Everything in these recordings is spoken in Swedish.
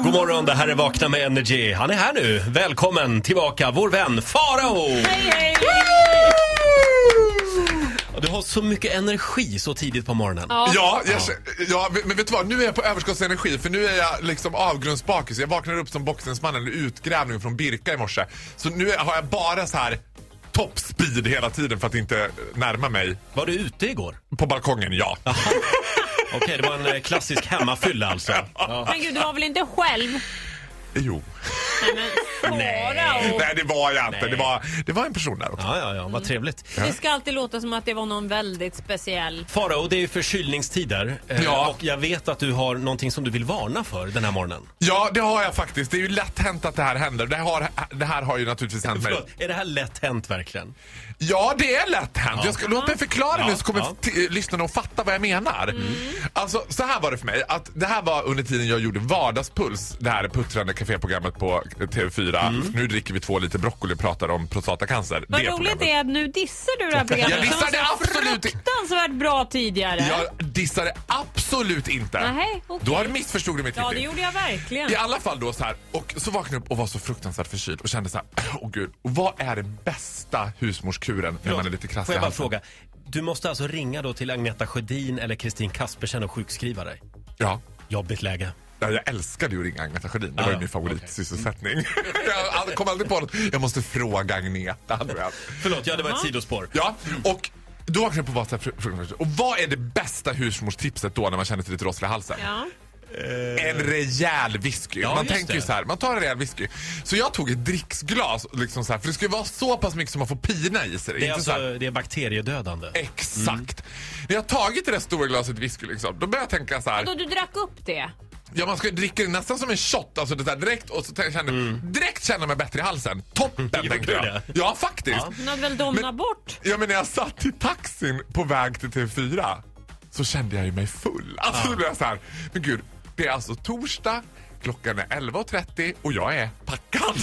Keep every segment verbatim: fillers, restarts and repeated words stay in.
God morgon, det här är Vakna med Energy. Han är här nu. Välkommen tillbaka, vår vän Farao. Hej, hej! Du har så mycket energi så tidigt på morgonen. Ja, ja, jag, ja, men vet du vad? Nu är jag på överskottsenergi. För nu är jag liksom avgrundsbakis. Jag vaknar upp som boxningsmannen i utgrävning från Birka i morse. Så nu har jag bara så här top speed hela tiden för att inte närma mig. Var du ute igår? På balkongen, ja. Okej, okay, det var en klassisk hemmafylla alltså. Ja. Men gud, du var väl inte själv? Jo. Nej, Nej, Nej, det var jag inte. Det var, det var en person där också. Ja, ja, ja, vad trevligt. Mm. Det ska alltid låta som att det var någon väldigt speciell. Farao, det är ju förkylningstider. Ja. Och jag vet att du har någonting som du vill varna för den här morgonen. Ja, det har jag faktiskt. Det är ju lätt hänt att det här händer. Det, har, det här har ju naturligtvis hänt mig. Förlåt, är det här lätt hänt verkligen? Ja, det är lätt hänt. Ja. Jag ska, låt mig förklara ja, nu så kommer ja. t- lyssnarna att fatta vad jag menar. Mm. Alltså, så här var det för mig. Att det här var under tiden jag gjorde Vardagspuls. Det här puttrande kaféprogrammet på T V fyra. Mm. Nu dricker vi två liter broccoli och pratar om prostatacancer. Vad det roligt programmet. är att nu dissar du det här programmet. Jag dissar det absolut inte. Fruktansvärt bra tidigare. Jag dissar det absolut inte. Nej, okay. Då har du missförstod du mitt Ja, titel. det gjorde jag verkligen. I alla fall då så här. Och så vaknade jag upp och var så fruktansvärt förkyld. Och kände så här, åh gud. Och vad är det bästa husmorskuren när man är lite krass? Får jag bara fråga, du måste alltså ringa då till Agneta Sjödin eller Kristin Kaspersen och sjukskriva dig? Ja. Jobbigt läge. Ja, jag älskade ju att ringa Agneta Sjödin. Det ah, var ju min favoritsysselsättning. Okay. Jag kom aldrig på något. Jag måste fråga Agneta. Förlåt, ja, det var ett sidospår. Ja, och då vaknade jag på vad så här, och vad är det bästa husmorstipset då när man känner sig lite rosslig i halsen? Ja. En rejäl whisky. Ja, man tänker det. ju så här, man tar en rejäl whisky. Så jag tog ett dricksglas liksom så här, för det ska ju vara så pass mycket som man får pina i sig. Det är, inte alltså, så här, det är bakteriedödande. Exakt. Mm. När jag tagit det där stora glaset whisky liksom, då börjar jag tänka så här. Då du drack upp det? Ja, man ska dricka det nästan som en shot, alltså det där direkt, och så känner, mm. direkt känner mig bättre i halsen. Toppen, tänkte jag. Det? Ja, faktiskt. Ja. Den hade väl domnat bort? Ja, men när jag satt i taxin på väg till T V fyra så kände jag ju mig full. Alltså, ja. Det är så här, men gud, det är alltså torsdag, klockan är elva och trettio och jag är packad.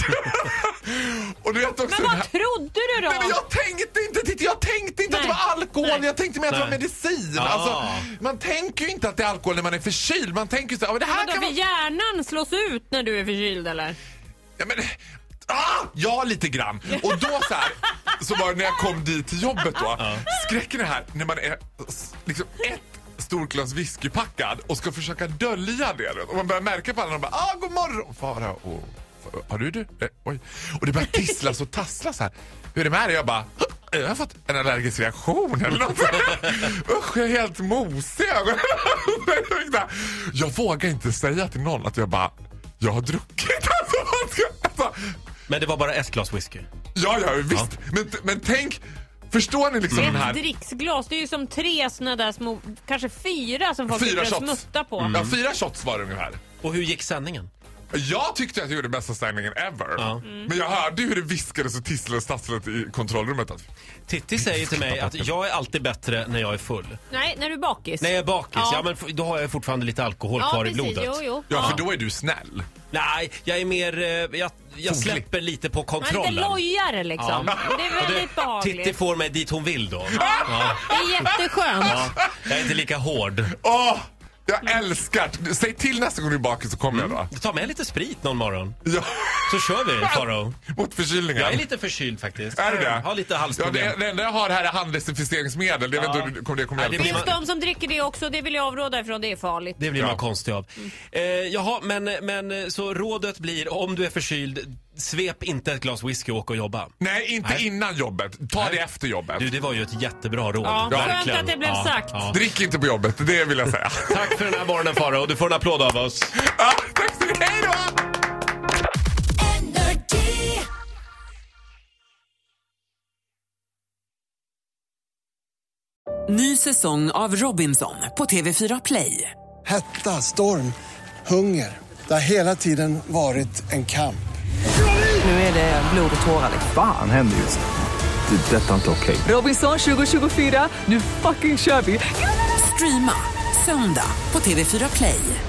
Och du vet också men vad här... trodde du då? Nej, men jag tänkte inte, titta, jag tänkte inte Nej. att det var alkohol. Nej. Jag tänkte mer att det var medicin. Ah. Alltså, man tänker ju inte att det är alkohol när man är förkyld. Man tänker ju så här, det här men kan då vara... hjärnan slås ut när du är förkyld, eller? Ja, men... Ah, ja, lite grann. Och då så här, så var det när jag kom dit till jobbet då. Ja. Skräcken är här, när man är liksom ett stort glas whiskypackad och ska försöka dölja det. Och man börjar märka på alla och bara, ah, god morgon, Farao. Och, har du du? Eh, oj. Och det börjar tisslas och tasslas här. Hur är det med det? Jag bara, jag har fått en allergisk reaktion eller något. Usch, jag är helt mosig. Jag vågar inte säga till någon att jag bara, jag har druckit. Alltså, men det var bara ett glas whisky. Ja, ja, visst. Ja. Men, men tänk, förstår ni liksom mm. den här... Ett dricksglas, det är ju som tre såna där små, kanske fyra som folk fyra ska shots. smutta på. Mm. Ja, fyra shots var det ungefär. Och hur gick sändningen? Jag tyckte att jag gjorde bästa ställningen ever. Ja. Mm. Men jag hörde hur det viskades och tisslade stadslet i kontrollrummet. Titti säger till mig att jag är alltid bättre när jag är full. Nej, när du är bakis. När jag är bakis, ja, ja men då har jag fortfarande lite alkohol ja, kvar precis. i blodet. Jo, jo. Ja, för då är du snäll. Nej, jag är mer... Jag, jag släpper lite på kontrollen. Man är lite lojare liksom. Ja. Det är väldigt behagligt. Titti får mig dit hon vill då. Ja. Ja. Det är jätteskönt. Ja. Jag är inte lika hård. Åh! Jag älskar. Säg till nästa gång du är bakis så kommer mm. jag då. Ta med lite sprit någon morgon. Ja. Så kör vi, Farao. Mot förkylningen. Jag är lite förkyld faktiskt. Är det det? Jag har lite halsproblem. Ja, det, det enda jag har här är handdesinficeringsmedel. Det ja. vet du, kommer det kommer Nej, det finns man... de som dricker det också. Det vill jag avråda ifrån. Det är farligt. Det blir ja. man konstig av. Mm. Eh, jaha, men, men så rådet blir, om du är förkyld, svep inte ett glas whisky och åka och jobba. Nej, inte Nej. innan jobbet. Ta Nej. det efter jobbet. Du, det var ju ett jättebra råd. Ja, verkligen. skönt att det blev ja, sagt. Ja. Drick inte på jobbet, det vill jag säga. Tack för den här morgonen, Farao. Du får en applåd av oss. Ja, tack så mycket. Hej då! Ny säsong av Robinson på T V fyra Play. Hetta, storm, hunger. Det har hela tiden varit en kamp. Nu är det blod och tårar. Fan händer just det. Det är detta inte okej. Okay. Robinson tjugo tjugofyra, nu fucking kör vi. Streama söndag på T V fyra Play.